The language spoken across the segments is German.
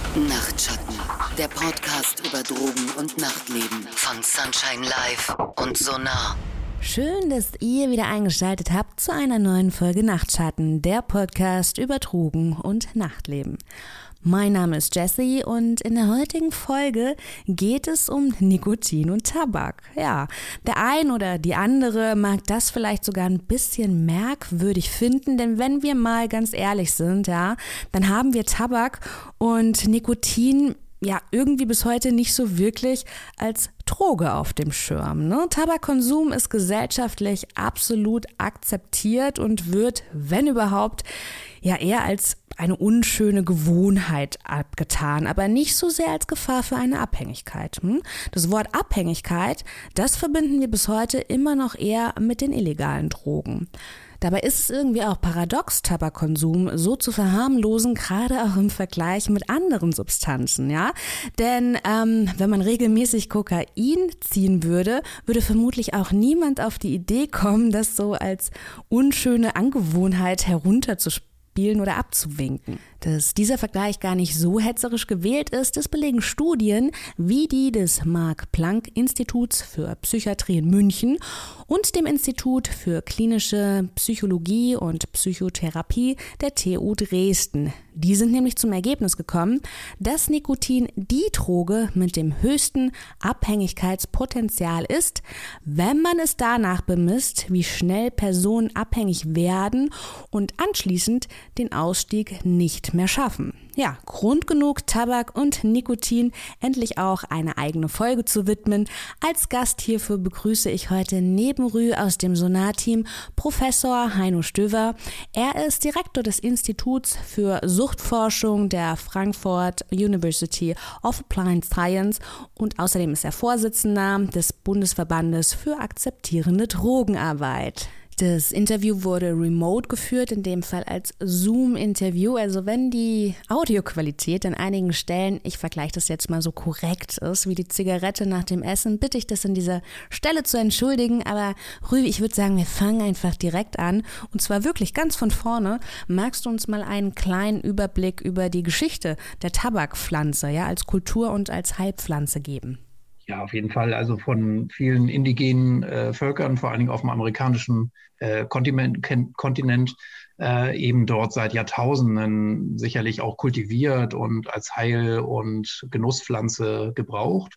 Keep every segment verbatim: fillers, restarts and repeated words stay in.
Nachtschatten, der Podcast über Drogen und Nachtleben von Sunshine Live und Sonar. Schön, dass ihr wieder eingeschaltet habt zu einer neuen Folge Nachtschatten, der Podcast über Drogen und Nachtleben. Mein Name ist Jessie und in der heutigen Folge geht es um Nikotin und Tabak. Ja, der ein oder die andere mag das vielleicht sogar ein bisschen merkwürdig finden, denn wenn wir mal ganz ehrlich sind, ja, dann haben wir Tabak und Nikotin ja irgendwie bis heute nicht so wirklich als Droge auf dem Schirm. Ne? Tabakkonsum ist gesellschaftlich absolut akzeptiert und wird, wenn überhaupt, ja eher als eine unschöne Gewohnheit abgetan, aber nicht so sehr als Gefahr für eine Abhängigkeit. Hm? Das Wort Abhängigkeit, das verbinden wir bis heute immer noch eher mit den illegalen Drogen. Dabei ist es irgendwie auch paradox, Tabakkonsum so zu verharmlosen, gerade auch im Vergleich mit anderen Substanzen, ja. Denn ähm, wenn man regelmäßig Kokain ziehen würde, würde vermutlich auch niemand auf die Idee kommen, das so als unschöne Angewohnheit herunterzuspielen oder abzuwinken. Dass dieser Vergleich gar nicht so hetzerisch gewählt ist, das belegen Studien wie die des Max-Planck-Instituts für Psychiatrie in München und dem Institut für klinische Psychologie und Psychotherapie der T U Dresden. Die sind nämlich zum Ergebnis gekommen, dass Nikotin die Droge mit dem höchsten Abhängigkeitspotenzial ist, wenn man es danach bemisst, wie schnell Personen abhängig werden und anschließend den Ausstieg nicht mehr schaffen. Ja, Grund genug, Tabak und Nikotin endlich auch eine eigene Folge zu widmen. Als Gast hierfür begrüße ich heute neben Rü aus dem Sonar-Team Professor Heino Stöver. Er ist Direktor des Instituts für Suchtforschung der Frankfurt University of Applied Science und außerdem ist er Vorsitzender des Bundesverbandes für akzeptierende Drogenarbeit. Das Interview wurde remote geführt, in dem Fall als Zoom-Interview. Also wenn die Audioqualität an einigen Stellen, ich vergleiche das jetzt mal so korrekt ist, wie die Zigarette nach dem Essen, bitte ich das an dieser Stelle zu entschuldigen. Aber Rü, ich würde sagen, wir fangen einfach direkt an. Und zwar wirklich ganz von vorne. Magst du uns mal einen kleinen Überblick über die Geschichte der Tabakpflanze, ja, als Kultur- und als Heilpflanze geben? Ja, auf jeden Fall. Also von vielen indigenen äh, Völkern, vor allen Dingen auf dem amerikanischen äh, Kontinent, Kontinent äh, eben dort seit Jahrtausenden sicherlich auch kultiviert und als Heil- und Genusspflanze gebraucht.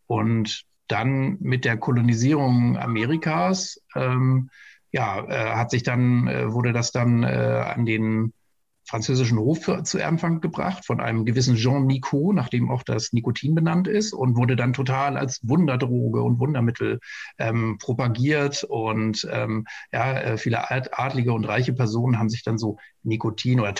Und dann mit der Kolonisierung Amerikas, ähm, ja, äh, hat sich dann, äh, wurde das dann äh, an den französischen Hof zu Anfang gebracht von einem gewissen Jean Nicot, nach dem auch das Nikotin benannt ist, und wurde dann total als Wunderdroge und Wundermittel ähm, propagiert. Und ähm, ja, viele adlige und reiche Personen haben sich dann so Nikotin- oder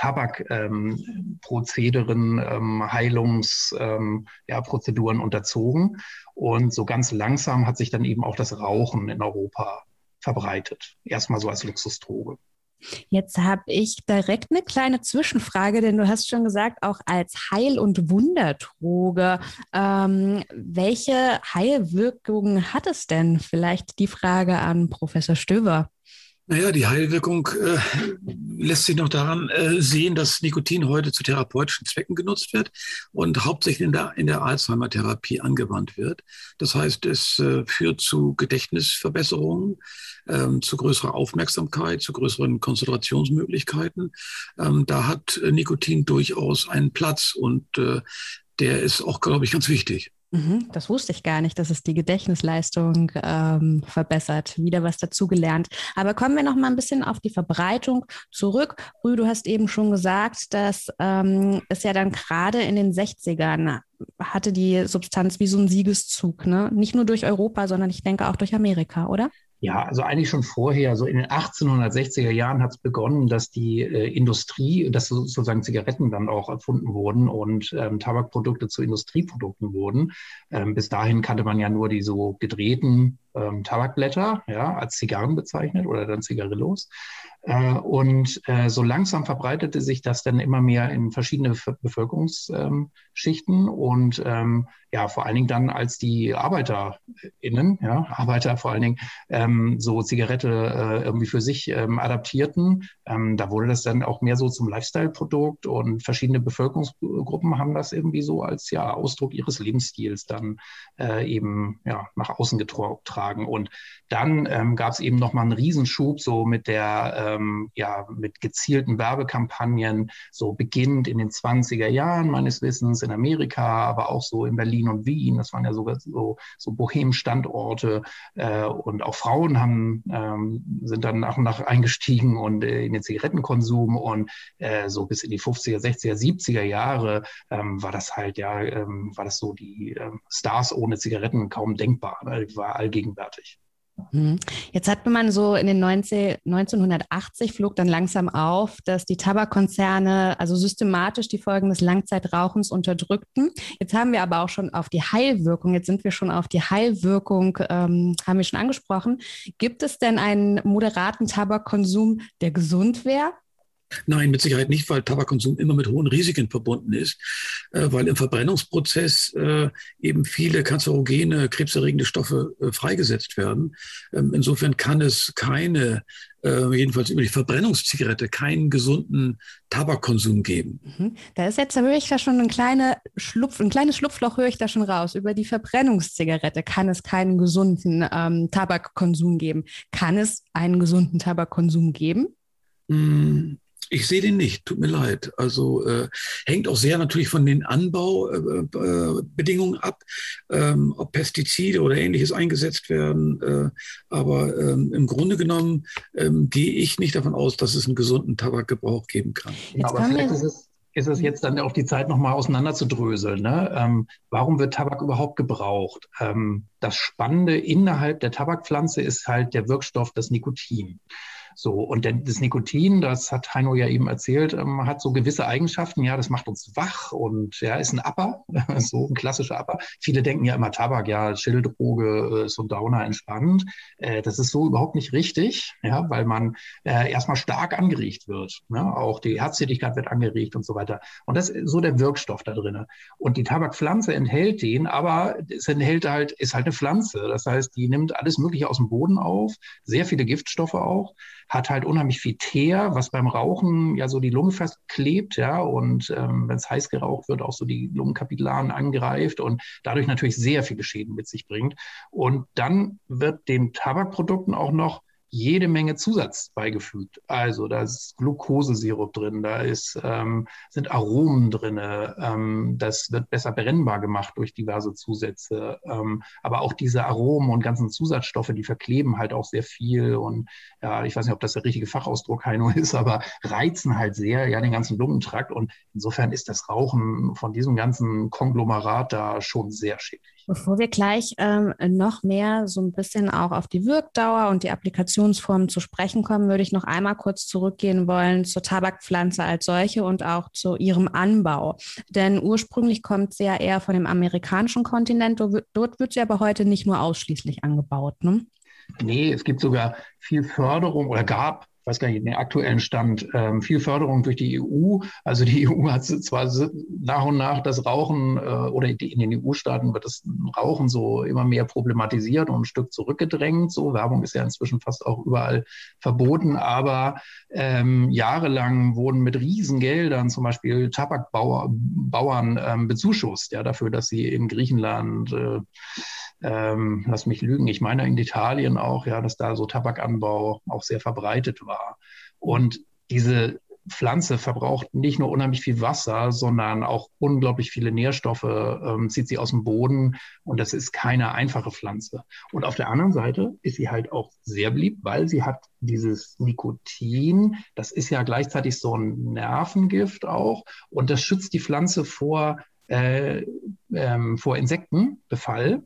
Tabakprozederen, ähm, ähm, Heilungsprozeduren ähm, ja, Prozeduren unterzogen. Und so ganz langsam hat sich dann eben auch das Rauchen in Europa verbreitet. Erstmal so als Luxusdroge. Jetzt habe ich direkt eine kleine Zwischenfrage, denn du hast schon gesagt, auch als Heil- und Wunderdroge. Ähm, welche Heilwirkungen hat es denn? Vielleicht die Frage an Professor Stöver. Naja, die Heilwirkung äh, lässt sich noch daran äh, sehen, dass Nikotin heute zu therapeutischen Zwecken genutzt wird und hauptsächlich in der, in der Alzheimer-Therapie angewandt wird. Das heißt, es äh, führt zu Gedächtnisverbesserungen, ähm, zu größerer Aufmerksamkeit, zu größeren Konzentrationsmöglichkeiten. Ähm, da hat äh, Nikotin durchaus einen Platz und äh, der ist auch, glaube ich, ganz wichtig. Das wusste ich gar nicht, dass es die Gedächtnisleistung ähm, verbessert. Wieder was dazugelernt. Aber kommen wir noch mal ein bisschen auf die Verbreitung zurück. Rü, du hast eben schon gesagt, dass ähm, es ja dann gerade in den sechzigern hatte die Substanz wie so einen Siegeszug, ne? Nicht nur durch Europa, sondern ich denke auch durch Amerika, oder? Ja, also eigentlich schon vorher, so in den achtzehnhundertsechziger Jahren hat es begonnen, dass die äh, Industrie, dass so, sozusagen Zigaretten dann auch erfunden wurden und ähm, Tabakprodukte zu Industrieprodukten wurden. Ähm, bis dahin kannte man ja nur die so gedrehten ähm, Tabakblätter, ja, als Zigarren bezeichnet oder dann Zigarillos. Äh, und äh, so langsam verbreitete sich das dann immer mehr in verschiedene Bevölkerungsschichten ähm, und ähm, ja, vor allen Dingen dann, als die ArbeiterInnen, ja, Arbeiter vor allen Dingen, ähm, so Zigarette äh, irgendwie für sich ähm, adaptierten, ähm, da wurde das dann auch mehr so zum Lifestyle-Produkt und verschiedene Bevölkerungsgruppen haben das irgendwie so als ja, Ausdruck ihres Lebensstils dann äh, eben ja, nach außen getragen. Und dann ähm, gab es eben nochmal einen Riesenschub so mit der, ähm, ja, mit gezielten Werbekampagnen, so beginnend in den zwanziger Jahren meines Wissens in Amerika, aber auch so in Berlin und Wien. Das waren ja sogar so, so Bohem-Standorte äh, und auch Frauen haben, ähm, sind dann nach und nach eingestiegen und äh, in den Zigarettenkonsum und äh, so bis in die fünfziger, sechziger, siebziger Jahre ähm, war das halt, ja, ähm, war das so die ähm, Stars ohne Zigaretten kaum denkbar, ne? Die war allgegenwärtig. Jetzt hat man so in den neunzehnhundertachtzig flog dann langsam auf, dass die Tabakkonzerne also systematisch die Folgen des Langzeitrauchens unterdrückten. Jetzt haben wir aber auch schon auf die Heilwirkung, jetzt sind wir schon auf die Heilwirkung, ähm, haben wir schon angesprochen. Gibt es denn einen moderaten Tabakkonsum, der gesund wäre? Nein, mit Sicherheit nicht, weil Tabakkonsum immer mit hohen Risiken verbunden ist, äh, weil im Verbrennungsprozess äh, eben viele kanzerogene, krebserregende Stoffe äh, freigesetzt werden. Ähm, insofern kann es keine, äh, jedenfalls über die Verbrennungszigarette, keinen gesunden Tabakkonsum geben. Mhm. Da ist jetzt, da höre ich da schon ein, kleine Schlupf, ein kleines Schlupfloch höre ich da schon raus. Über die Verbrennungszigarette kann es keinen gesunden ähm, Tabakkonsum geben. Kann es einen gesunden Tabakkonsum geben? Mm. Ich sehe den nicht, tut mir leid. Also äh, hängt auch sehr natürlich von den Anbaubedingungen äh, ab, ähm, ob Pestizide oder Ähnliches eingesetzt werden. Äh, aber ähm, im Grunde genommen ähm, gehe ich nicht davon aus, dass es einen gesunden Tabakgebrauch geben kann. Ja, aber vielleicht ist es, ist es jetzt dann auch die Zeit, nochmal auseinander zu dröseln. Ne? Ähm, warum wird Tabak überhaupt gebraucht? Ähm, das Spannende innerhalb der Tabakpflanze ist halt der Wirkstoff, das Nikotin. So, und denn das Nikotin, das hat Heino ja eben erzählt, ähm, hat so gewisse Eigenschaften. Ja, das macht uns wach und ja, ist ein Upper, so ein klassischer Upper. Viele denken ja immer Tabak, ja, Chilldroge, äh, so Downer, entspannt. Äh, das ist so überhaupt nicht richtig, ja, weil man äh, erstmal stark angeregt wird. Ne? Auch die Herztätigkeit wird angeregt und so weiter. Und das ist so der Wirkstoff da drin. Und die Tabakpflanze enthält den, aber es enthält halt, ist halt eine Pflanze. Das heißt, die nimmt alles Mögliche aus dem Boden auf, sehr viele Giftstoffe auch, hat halt unheimlich viel Teer, was beim Rauchen ja so die Lunge festklebt, ja, und ähm, wenn es heiß geraucht wird, auch so die Lungenkapillaren angreift und dadurch natürlich sehr viele Schäden mit sich bringt. Und dann wird den Tabakprodukten auch noch jede Menge Zusatz beigefügt. Also da ist Glukosesirup drin, da ist, ähm, sind Aromen drin, ähm, das wird besser brennbar gemacht durch diverse Zusätze. Ähm, aber auch diese Aromen und ganzen Zusatzstoffe, die verkleben halt auch sehr viel und ja, ich weiß nicht, ob das der richtige Fachausdruck, Heino, ist, aber reizen halt sehr ja den ganzen Lungentrakt und insofern ist das Rauchen von diesem ganzen Konglomerat da schon sehr schädlich. Bevor wir gleich ähm, noch mehr so ein bisschen auch auf die Wirkdauer und die Applikationsformen zu sprechen kommen, würde ich noch einmal kurz zurückgehen wollen zur Tabakpflanze als solche und auch zu ihrem Anbau. Denn ursprünglich kommt sie ja eher von dem amerikanischen Kontinent. Dort wird sie aber heute nicht nur ausschließlich angebaut, ne? Nee, es gibt sogar viel Förderung oder gab, ich weiß gar nicht, den aktuellen Stand, ähm, viel Förderung durch die E U. Also die E U hat zwar nach und nach das Rauchen äh, oder in den E U-Staaten wird das Rauchen so immer mehr problematisiert und ein Stück zurückgedrängt. So, Werbung ist ja inzwischen fast auch überall verboten, aber ähm, jahrelang wurden mit Riesengeldern zum Beispiel Tabakbauern ähm, bezuschusst, ja, dafür, dass sie in Griechenland äh, Ähm, lass mich lügen, ich meine in Italien auch, ja, dass da so Tabakanbau auch sehr verbreitet war. Und diese Pflanze verbraucht nicht nur unheimlich viel Wasser, sondern auch unglaublich viele Nährstoffe, ähm, zieht sie aus dem Boden und das ist keine einfache Pflanze. Und auf der anderen Seite ist sie halt auch sehr beliebt, weil sie hat dieses Nikotin, das ist ja gleichzeitig so ein Nervengift auch und das schützt die Pflanze vor, äh, ähm, vor Insektenbefall.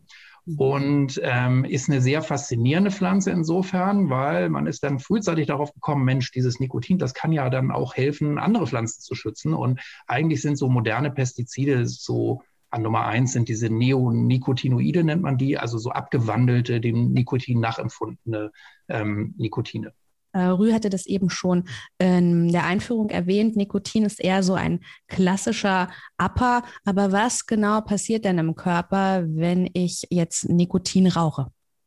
Und ähm, ist eine sehr faszinierende Pflanze insofern, weil man ist dann frühzeitig darauf gekommen, Mensch, dieses Nikotin, das kann ja dann auch helfen, andere Pflanzen zu schützen. Und eigentlich sind so moderne Pestizide so an Nummer eins sind diese Neonicotinoide, nennt man die, also so abgewandelte, dem Nikotin nachempfundene ähm, Nikotine. Rü hatte das eben schon in der Einführung erwähnt. Nikotin ist eher so ein klassischer Upper. Aber was genau passiert denn im Körper, wenn ich jetzt Nikotin rauche?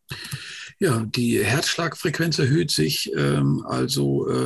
Ja, die Herzschlagfrequenz erhöht sich, ähm, also äh,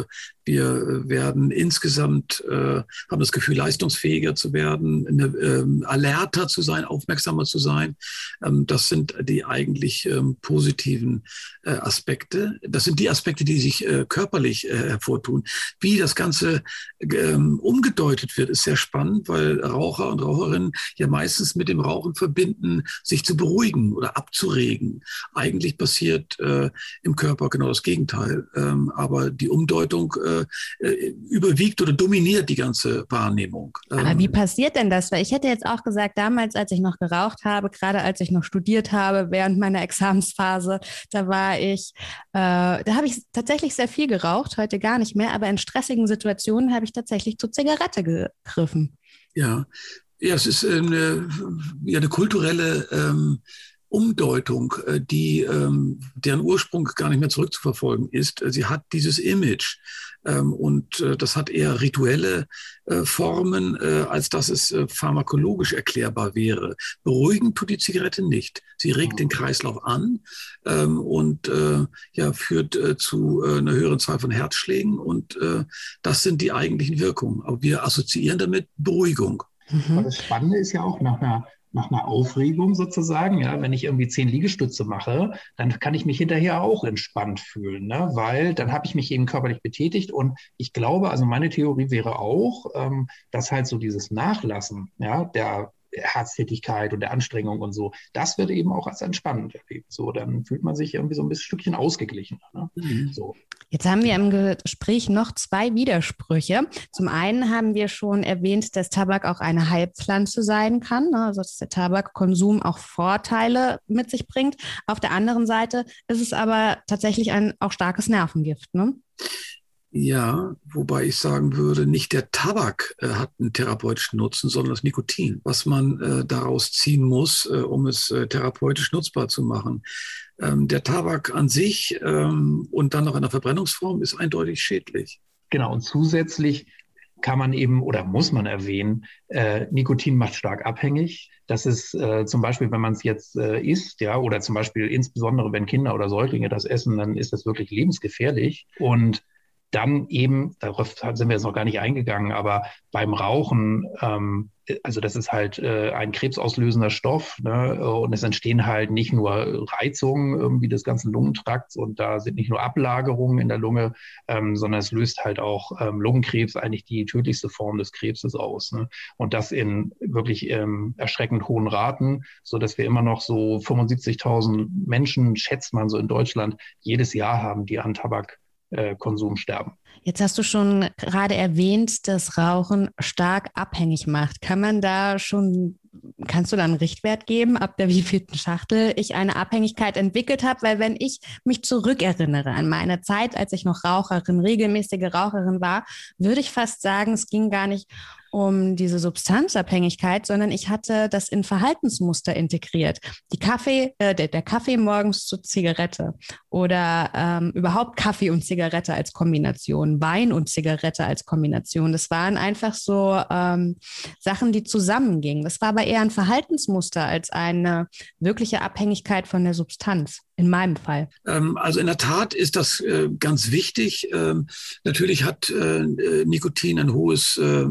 wir werden insgesamt, äh, haben das Gefühl, leistungsfähiger zu werden, eine, ähm, alerter zu sein, aufmerksamer zu sein. Ähm, das sind die eigentlich ähm, positiven äh, Aspekte. Das sind die Aspekte, die sich äh, körperlich äh, hervortun. Wie das Ganze ähm, umgedeutet wird, ist sehr spannend, weil Raucher und Raucherinnen ja meistens mit dem Rauchen verbinden, sich zu beruhigen oder abzuregen. Eigentlich passiert äh, im Körper genau das Gegenteil. Ähm, aber die Umdeutung äh, überwiegt oder dominiert die ganze Wahrnehmung. Aber wie passiert denn das? Weil ich hätte jetzt auch gesagt, damals, als ich noch geraucht habe, gerade als ich noch studiert habe, während meiner Examensphase, da war ich, äh, da habe ich tatsächlich sehr viel geraucht, heute gar nicht mehr, aber in stressigen Situationen habe ich tatsächlich zur Zigarette gegriffen. Ja, ja, es ist eine, ja, eine kulturelle ähm, Umdeutung, die, ähm, deren Ursprung gar nicht mehr zurückzuverfolgen ist. Sie hat dieses Image ähm, und äh, das hat eher rituelle äh, Formen, äh, als dass es äh, pharmakologisch erklärbar wäre. Beruhigen tut die Zigarette nicht. Sie regt den Kreislauf an ähm, und äh, ja, führt äh, zu äh, einer höheren Zahl von Herzschlägen und äh, das sind die eigentlichen Wirkungen. Aber wir assoziieren damit Beruhigung. Mhm. Das Spannende ist ja auch nach einer nach einer Aufregung sozusagen, ja, wenn ich irgendwie zehn Liegestütze mache, dann kann ich mich hinterher auch entspannt fühlen, ne? Weil dann habe ich mich eben körperlich betätigt und ich glaube, also meine Theorie wäre auch, ähm, dass halt so dieses Nachlassen, ja, der Herztätigkeit und der Anstrengung und so, das wird eben auch als entspannend erlebt. So, dann fühlt man sich irgendwie so ein bisschen Stückchen ausgeglichener. Ne? Mhm. So. Jetzt haben wir im Gespräch noch zwei Widersprüche. Zum einen haben wir schon erwähnt, dass Tabak auch eine Heilpflanze sein kann, also dass der Tabakkonsum auch Vorteile mit sich bringt. Auf der anderen Seite ist es aber tatsächlich ein auch starkes Nervengift, ne? Ja, wobei ich sagen würde, nicht der Tabak äh, hat einen therapeutischen Nutzen, sondern das Nikotin, was man äh, daraus ziehen muss, äh, um es äh, therapeutisch nutzbar zu machen. Ähm, der Tabak an sich ähm, und dann noch in der Verbrennungsform ist eindeutig schädlich. Genau, und zusätzlich kann man eben oder muss man erwähnen, äh, Nikotin macht stark abhängig. Das ist äh, zum Beispiel, wenn man es jetzt äh, isst, ja, oder zum Beispiel insbesondere, wenn Kinder oder Säuglinge das essen, dann ist das wirklich lebensgefährlich. Und dann eben, darauf sind wir jetzt noch gar nicht eingegangen, aber beim Rauchen, ähm, also das ist halt äh, ein krebsauslösender Stoff, ne? Und es entstehen halt nicht nur Reizungen irgendwie des ganzen Lungentrakts und da sind nicht nur Ablagerungen in der Lunge, ähm, sondern es löst halt auch ähm, Lungenkrebs, eigentlich die tödlichste Form des Krebses aus, ne? Und das in wirklich ähm, erschreckend hohen Raten, so dass wir immer noch so fünfundsiebzigtausend Menschen, schätzt man so in Deutschland, jedes Jahr haben, die an Tabak Konsum sterben. Jetzt hast du schon gerade erwähnt, dass Rauchen stark abhängig macht. Kann man da schon, kannst du da einen Richtwert geben, ab der wievielten Schachtel ich eine Abhängigkeit entwickelt habe? Weil wenn ich mich zurückerinnere an meine Zeit, als ich noch Raucherin, regelmäßige Raucherin war, würde ich fast sagen, es ging gar nicht um diese Substanzabhängigkeit, sondern ich hatte das in Verhaltensmuster integriert. Die Kaffee, äh, der, der Kaffee morgens zur Zigarette oder ähm, überhaupt Kaffee und Zigarette als Kombination, Wein und Zigarette als Kombination. Das waren einfach so ähm, Sachen, die zusammengingen. Das war aber eher ein Verhaltensmuster als eine wirkliche Abhängigkeit von der Substanz. In meinem Fall. Ähm, also in der Tat ist das äh, ganz wichtig. Ähm, natürlich hat äh, Nikotin ein hohes äh,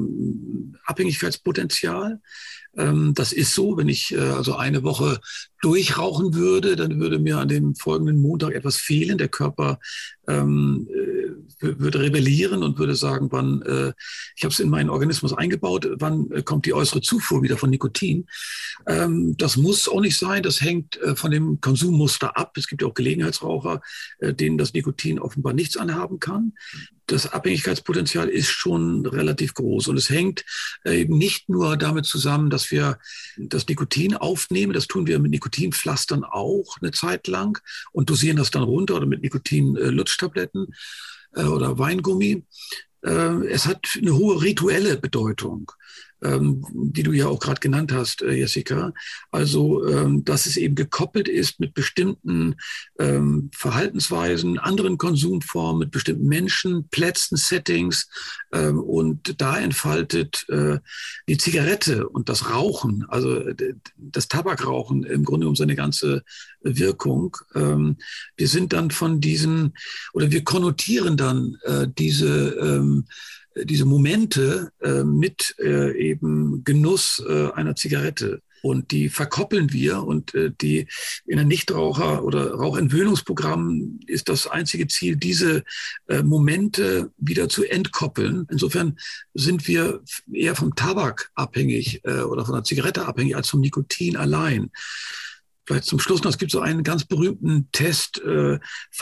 Abhängigkeitspotenzial. Ähm, das ist so, wenn ich äh, also eine Woche durchrauchen würde, dann würde mir an dem folgenden Montag etwas fehlen. Der Körper ähm, äh, würde rebellieren und würde sagen, wann, äh, ich habe es in meinen Organismus eingebaut, wann äh, kommt die äußere Zufuhr wieder von Nikotin. Ähm, das muss auch nicht sein, das hängt äh, von dem Konsummuster ab. Es gibt ja auch Gelegenheitsraucher, äh, denen das Nikotin offenbar nichts anhaben kann. Das Abhängigkeitspotenzial ist schon relativ groß und es hängt äh, eben nicht nur damit zusammen, dass wir das Nikotin aufnehmen, das tun wir mit Nikotinpflastern auch eine Zeit lang und dosieren das dann runter oder mit Nikotin-Lutschtabletten äh, oder Weingummi. Äh, es hat eine hohe rituelle Bedeutung. ähm, die du ja auch gerade genannt hast, äh, Jessica. Also, ähm, dass es eben gekoppelt ist mit bestimmten ähm, Verhaltensweisen, anderen Konsumformen, mit bestimmten Menschen, Plätzen, Settings. Ähm, und da entfaltet äh, die Zigarette und das Rauchen, also das Tabakrauchen im Grunde um seine ganze Wirkung. Ähm, wir sind dann von diesen, oder wir konnotieren dann äh, diese, ähm, diese Momente äh, mit äh, eben Genuss äh, einer Zigarette. Und die verkoppeln wir und äh, die in der Nichtraucher- oder Rauchentwöhnungsprogramm ist das einzige Ziel, diese äh, Momente wieder zu entkoppeln. Insofern sind wir eher vom Tabak abhängig äh, oder von der Zigarette abhängig als vom Nikotin allein. Vielleicht zum Schluss noch, es gibt so einen ganz berühmten Test, äh,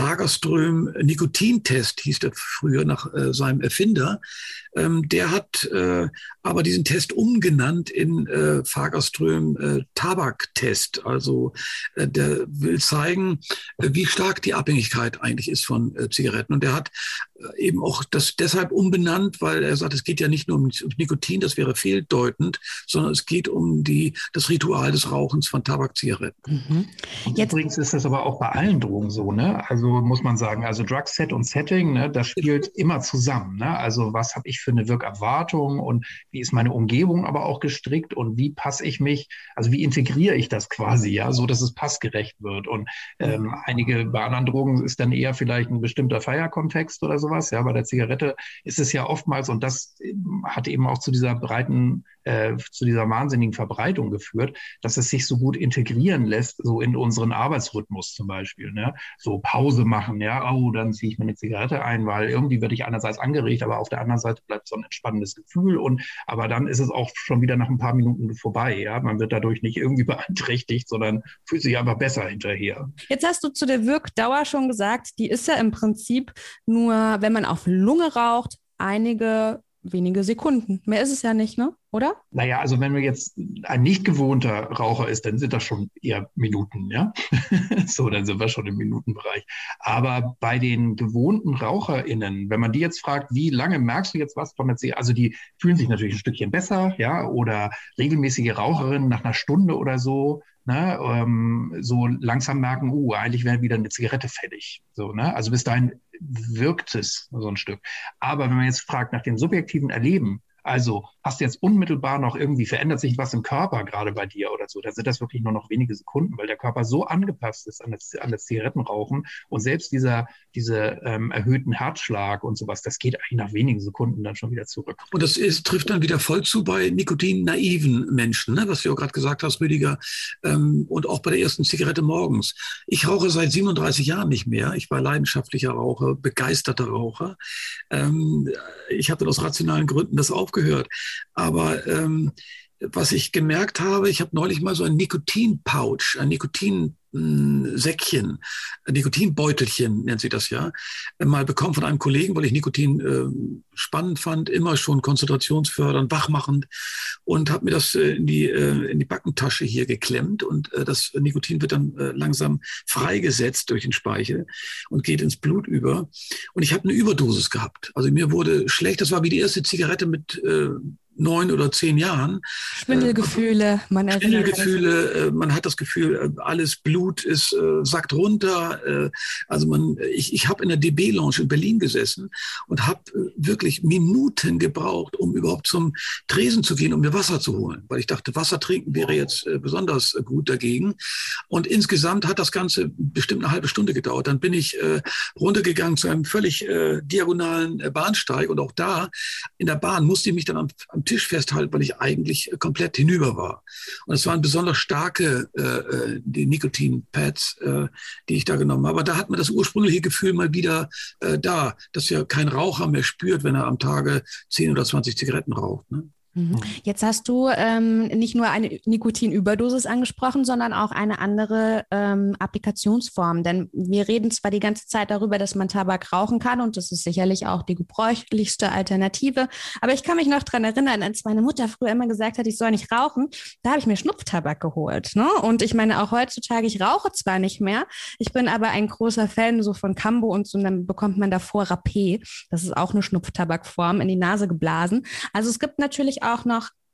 Fagerström-Nikotintest hieß der früher nach äh, seinem Erfinder. Ähm, der hat äh, aber diesen Test umgenannt in äh, Fagerström-Tabaktest. Also äh, der will zeigen, äh, wie stark die Abhängigkeit eigentlich ist von äh, Zigaretten. Und der hat äh, eben auch das deshalb umbenannt, weil er sagt, es geht ja nicht nur um Nikotin, das wäre fehldeutend, sondern es geht um die, das Ritual des Rauchens von Tabakzigaretten. Mhm. Jetzt übrigens ist das aber auch bei allen Drogen so, ne? Also muss man sagen, also Drugset und Setting, ne, das spielt immer zusammen, ne? Also was habe ich für eine Wirkerwartung und wie ist meine Umgebung aber auch gestrickt und wie passe ich mich, also wie integriere ich das quasi, ja, so dass es passgerecht wird. Und ähm, einige bei anderen Drogen ist dann eher vielleicht ein bestimmter Feierkontext oder sowas, ja, bei der Zigarette ist es ja oftmals, und das hat eben auch zu dieser breiten, äh, zu dieser wahnsinnigen Verbreitung geführt, dass es sich so gut integrieren lässt, so in unseren Arbeitsrhythmus zum Beispiel, ne? So Pause machen, ja, oh, dann ziehe ich mir eine Zigarette ein, weil irgendwie werde ich einerseits angeregt, aber auf der anderen Seite bleibt so ein entspannendes Gefühl und aber dann ist es auch schon wieder nach ein paar Minuten vorbei, ja, man wird dadurch nicht irgendwie beeinträchtigt, sondern fühlt sich einfach besser hinterher. Jetzt hast du zu der Wirkdauer schon gesagt, die ist ja im Prinzip nur, wenn man auf Lunge raucht, einige wenige Sekunden. Mehr ist es ja nicht, ne? Oder? Naja, also wenn man jetzt ein nicht gewohnter Raucher ist, dann sind das schon eher Minuten, ja. So, dann sind wir schon im Minutenbereich. Aber bei den gewohnten RaucherInnen, wenn man die jetzt fragt, wie lange merkst du jetzt was von der Zigarette? Also die fühlen sich natürlich ein Stückchen besser, ja, oder regelmäßige Raucherinnen nach einer Stunde oder so, ne, ähm, so langsam merken, uh, eigentlich wäre wieder eine Zigarette fällig. So, ne? Also bis dahin wirkt es so ein Stück. Aber wenn man jetzt fragt nach dem subjektiven Erleben, also hast du jetzt unmittelbar noch irgendwie, verändert sich was im Körper gerade bei dir oder so, dann sind das wirklich nur noch wenige Sekunden, weil der Körper so angepasst ist an das, an das Zigarettenrauchen und selbst dieser diese ähm, erhöhten Herzschlag und sowas, das geht eigentlich nach wenigen Sekunden dann schon wieder zurück. Und das ist, trifft dann wieder voll zu bei nikotin-naiven Menschen, ne? Was du auch gerade gesagt hast, Rüdiger, ähm, und auch bei der ersten Zigarette morgens. Ich rauche seit siebenunddreißig Jahren nicht mehr. Ich war leidenschaftlicher Raucher, begeisterter Raucher. Ähm, ich habe dann aus rationalen Gründen das aufgehört. Aber ähm, was ich gemerkt habe, ich habe neulich mal so ein Nikotin-Pouch, ein Nikotin-Säckchen, ein Nikotinbeutelchen nennt sich das ja, mal bekommen von einem Kollegen, weil ich Nikotin äh, spannend fand, immer schon konzentrationsfördernd, wachmachend und habe mir das äh, in die äh, in die Backentasche hier geklemmt und äh, das Nikotin wird dann äh, langsam freigesetzt durch den Speichel und geht ins Blut über. Und ich habe eine Überdosis gehabt. Also mir wurde schlecht, das war wie die erste Zigarette mit äh, neun oder zehn Jahren. Schwindelgefühle, man erinnert sich. Schwindelgefühle, man hat das Gefühl, alles Blut ist, sackt runter. Also man, ich, ich habe in der D B-Lounge in Berlin gesessen und habe wirklich Minuten gebraucht, um überhaupt zum Tresen zu gehen, um mir Wasser zu holen, weil ich dachte, Wasser trinken wäre jetzt besonders gut dagegen. Und insgesamt hat das Ganze bestimmt eine halbe Stunde gedauert. Dann bin ich äh, runtergegangen zu einem völlig äh, diagonalen äh, Bahnsteig und auch da in der Bahn musste ich mich dann am, am Tisch festhalten, weil ich eigentlich komplett hinüber war. Und es waren besonders starke äh, die Nikotin-Pads, äh, die ich da genommen habe. Aber da hat man das ursprüngliche Gefühl mal wieder äh, da, dass ja kein Raucher mehr spürt, wenn er am Tage zehn oder zwanzig Zigaretten raucht. Ne? Jetzt hast du ähm, nicht nur eine Nikotinüberdosis angesprochen, sondern auch eine andere ähm, Applikationsform. Denn wir reden zwar die ganze Zeit darüber, dass man Tabak rauchen kann und das ist sicherlich auch die gebräuchlichste Alternative. Aber ich kann mich noch daran erinnern, als meine Mutter früher immer gesagt hat, ich soll nicht rauchen, da habe ich mir Schnupftabak geholt. Ne? Und ich meine auch heutzutage, ich rauche zwar nicht mehr, ich bin aber ein großer Fan so von Cambo und so, und dann bekommt man davor Rapé. Das ist auch eine Schnupftabakform, in die Nase geblasen. Also es gibt natürlich auch noch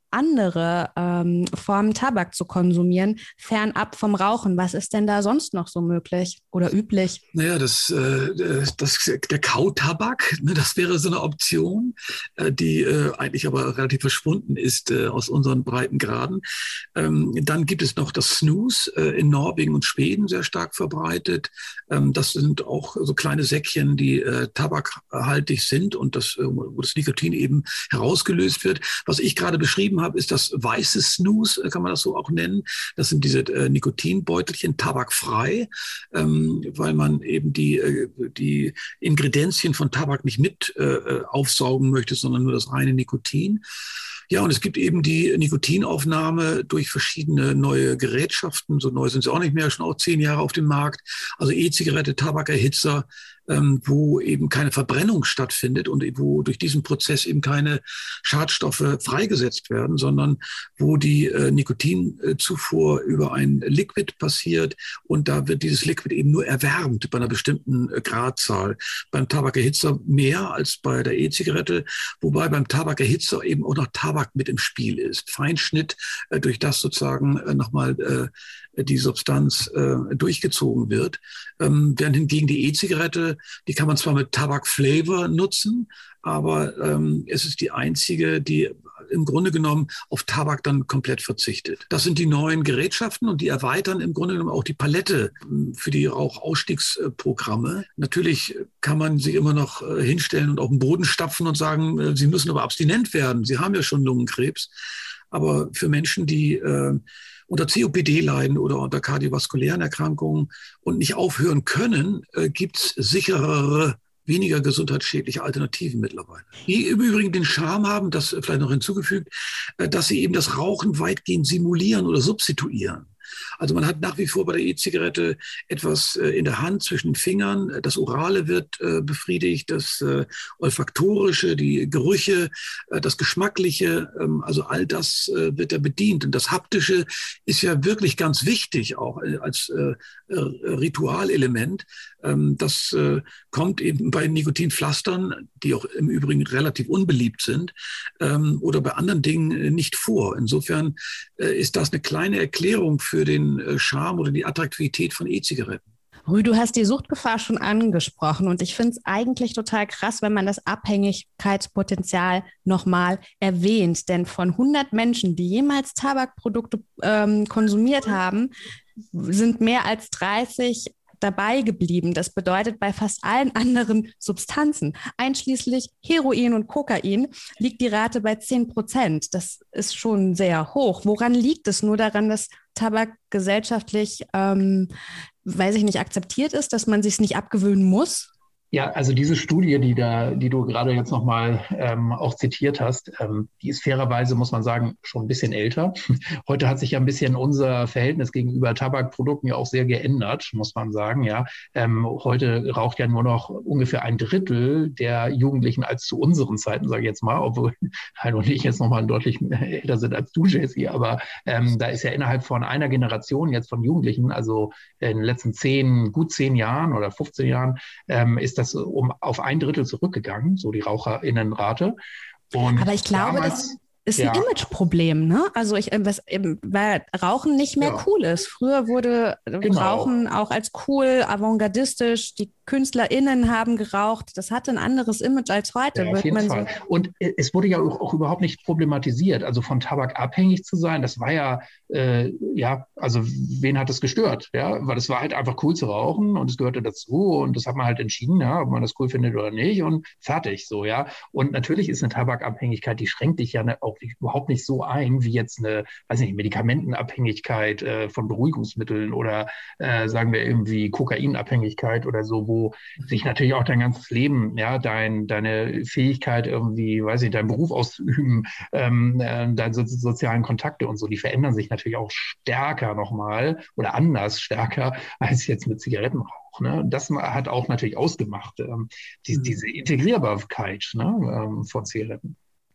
andere ähm, Formen Tabak zu konsumieren, fernab vom Rauchen. Was ist denn da sonst noch so möglich oder üblich? Naja, das, äh, das, der Kautabak, ne, das wäre so eine Option, äh, die äh, eigentlich aber relativ verschwunden ist äh, aus unseren Breitengraden. Ähm, dann gibt es noch das Snus, äh, in Norwegen und Schweden sehr stark verbreitet. Ähm, das sind auch so kleine Säckchen, die äh, tabakhaltig sind und das, äh, wo das Nikotin eben herausgelöst wird. Was ich gerade beschrieben habe, ist das weiße Snus, kann man das so auch nennen. Das sind diese äh, Nikotinbeutelchen, tabakfrei, ähm, weil man eben die, äh, die Ingredienzien von Tabak nicht mit äh, aufsaugen möchte, sondern nur das reine Nikotin. Ja, und es gibt eben die Nikotinaufnahme durch verschiedene neue Gerätschaften. So neu sind sie auch nicht mehr, schon auch zehn Jahre auf dem Markt. Also E-Zigarette, Tabakerhitzer, ähm, wo eben keine Verbrennung stattfindet und wo durch diesen Prozess eben keine Schadstoffe freigesetzt werden, sondern wo die äh, Nikotinzufuhr über ein Liquid passiert und da wird dieses Liquid eben nur erwärmt bei einer bestimmten äh, Gradzahl. Beim Tabakerhitzer mehr als bei der E-Zigarette, wobei beim Tabakerhitzer eben auch noch Tabak mit im Spiel ist. Feinschnitt, äh, durch das sozusagen äh, nochmal äh, die Substanz äh, durchgezogen wird. Ähm, während hingegen die E-Zigarette, die kann man zwar mit Tabakflavor nutzen, aber ähm, es ist die einzige, die im Grunde genommen auf Tabak dann komplett verzichtet. Das sind die neuen Gerätschaften und die erweitern im Grunde genommen auch die Palette für die Rauchausstiegsprogramme. Natürlich kann man sich immer noch äh, hinstellen und auf den Boden stapfen und sagen, äh, sie müssen aber abstinent werden. Sie haben ja schon Lungenkrebs. Aber für Menschen, die äh, unter C O P D leiden oder unter kardiovaskulären Erkrankungen und nicht aufhören können, äh, gibt es sicherere, weniger gesundheitsschädliche Alternativen mittlerweile. Die im Übrigen den Charme haben, das vielleicht noch hinzugefügt, äh, dass sie eben das Rauchen weitgehend simulieren oder substituieren. Also man hat nach wie vor bei der E-Zigarette etwas äh, in der Hand zwischen den Fingern. Das Orale wird äh, befriedigt, das äh, Olfaktorische, die Gerüche, äh, das Geschmackliche, ähm, also all das äh, wird ja bedient. Und das Haptische ist ja wirklich ganz wichtig auch äh, als äh, äh, Ritualelement. Ähm, das äh, kommt eben bei Nikotinpflastern, die auch im Übrigen relativ unbeliebt sind, ähm, oder bei anderen Dingen äh, nicht vor. Insofern äh, ist das eine kleine Erklärung für den äh, Charme oder die Attraktivität von E-Zigaretten. Rü, du hast die Suchtgefahr schon angesprochen und ich finde es eigentlich total krass, wenn man das Abhängigkeitspotenzial nochmal erwähnt. Denn von hundert Menschen, die jemals Tabakprodukte ähm, konsumiert haben, sind mehr als dreißig dabei geblieben. Das bedeutet, bei fast allen anderen Substanzen, einschließlich Heroin und Kokain, liegt die Rate bei zehn Prozent. Das ist schon sehr hoch. Woran liegt es? Nur daran, dass Tabak gesellschaftlich, ähm, weiß ich nicht, akzeptiert ist, dass man sich es nicht abgewöhnen muss? Ja, also diese Studie, die da, die du gerade jetzt nochmal ähm, auch zitiert hast, ähm, die ist fairerweise, muss man sagen, schon ein bisschen älter. Heute hat sich ja ein bisschen unser Verhältnis gegenüber Tabakprodukten ja auch sehr geändert, muss man sagen. Ja, ähm, heute raucht ja nur noch ungefähr ein Drittel der Jugendlichen als zu unseren Zeiten, sage ich jetzt mal, obwohl Hein und ich jetzt nochmal deutlich älter sind als du, Jessie. Aber ähm, da ist ja innerhalb von einer Generation jetzt von Jugendlichen, also in den letzten zehn, gut zehn Jahren oder fünfzehn Jahren, ähm, ist das um auf ein Drittel zurückgegangen, so die RaucherInnenrate. Und aber ich glaube, damals, das ist ja. ein Imageproblem, ne? Also ich, was, weil Rauchen nicht mehr Ja. cool ist. Früher wurde Genau. Rauchen auch als cool, avantgardistisch, die KünstlerInnen haben geraucht. Das hatte ein anderes Image als heute. Ja, auf wird jeden man Fall. so Und äh, es wurde ja auch, auch überhaupt nicht problematisiert. Also von Tabak abhängig zu sein, das war ja, äh, ja, also wen hat das gestört? Ja, weil es war halt einfach cool zu rauchen und es gehörte dazu und das hat man halt entschieden, ja, ob man das cool findet oder nicht und fertig so, ja. Und natürlich ist eine Tabakabhängigkeit, die schränkt dich ja ne, auch nicht, überhaupt nicht so ein, wie jetzt eine, weiß nicht, Medikamentenabhängigkeit äh, von Beruhigungsmitteln oder äh, sagen wir irgendwie Kokainabhängigkeit oder so, wo sich natürlich auch dein ganzes Leben, ja, dein, deine Fähigkeit irgendwie, weiß ich, deinen Beruf auszuüben, ähm, äh, deine so, sozialen Kontakte und so, die verändern sich natürlich auch stärker nochmal oder anders stärker als jetzt mit Zigarettenrauch. Ne? Das hat auch natürlich ausgemacht, ähm, die, diese Integrierbarkeit ne, ähm, von Zigaretten.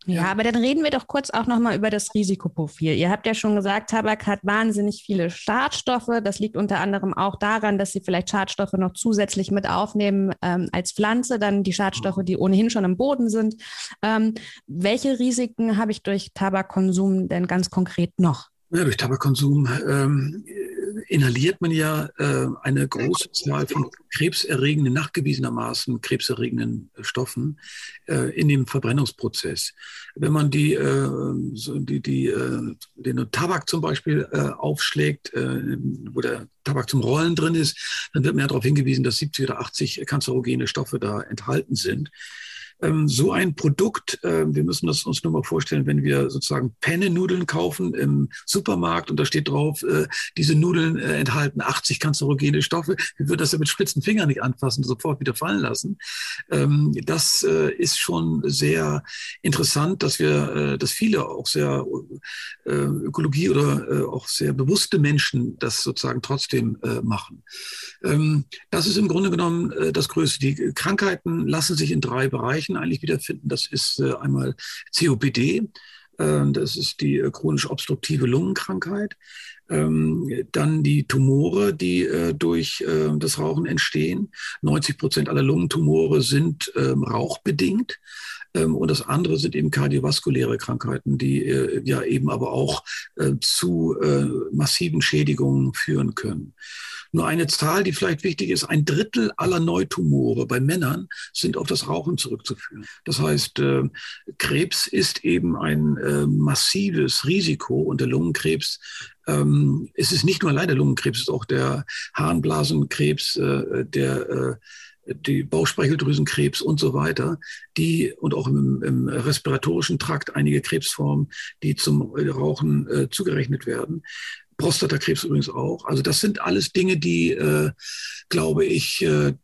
Ja, aber dann reden wir doch kurz auch nochmal über das Risikoprofil. Ihr habt ja schon gesagt, Tabak hat wahnsinnig viele Schadstoffe. Das liegt unter anderem auch daran, dass sie vielleicht Schadstoffe noch zusätzlich mit aufnehmen ähm, als Pflanze, dann die Schadstoffe, die ohnehin schon im Boden sind. Ähm, welche Risiken habe ich durch Tabakkonsum denn ganz konkret noch? Ja, durch Tabakkonsum ähm, inhaliert man ja äh, eine große Zahl von krebserregenden, nachgewiesenermaßen krebserregenden Stoffen äh, in dem Verbrennungsprozess. Wenn man die, äh, so die, die, äh, den Tabak zum Beispiel äh, aufschlägt, äh, wo der Tabak zum Rollen drin ist, dann wird man ja darauf hingewiesen, dass siebzig oder achtzig kanzerogene Stoffe da enthalten sind. So ein Produkt, wir müssen das uns nur mal vorstellen, wenn wir sozusagen Penne-Nudeln kaufen im Supermarkt und da steht drauf, diese Nudeln enthalten achtzig kanzerogene Stoffe, wir würden das ja mit spitzen Fingern nicht anfassen, sofort wieder fallen lassen. Das ist schon sehr interessant, dass wir, dass viele auch sehr Ökologie oder auch sehr bewusste Menschen das sozusagen trotzdem machen. Das ist im Grunde genommen das Größte. Die Krankheiten lassen sich in drei Bereichen eigentlich wiederfinden. Das ist äh, einmal C O P D, äh, das ist die äh, chronisch obstruktive Lungenkrankheit. Ähm, dann die Tumore, die äh, durch äh, das Rauchen entstehen. neunzig Prozent aller Lungentumore sind äh, rauchbedingt. Ähm, und das andere sind eben kardiovaskuläre Krankheiten, die äh, ja eben aber auch äh, zu äh, massiven Schädigungen führen können. Nur eine Zahl, die vielleicht wichtig ist, ein Drittel aller Neutumore bei Männern sind auf das Rauchen zurückzuführen. Das heißt, äh, Krebs ist eben ein äh, massives Risiko und der Lungenkrebs, ähm, es ist nicht nur allein der Lungenkrebs, es ist auch der Harnblasenkrebs, äh, der äh, die Bauchspeicheldrüsenkrebs und so weiter, die und auch im, im respiratorischen Trakt einige Krebsformen, die zum Rauchen äh, zugerechnet werden. Prostatakrebs übrigens auch. Also das sind alles Dinge, die, äh, glaube ich, äh,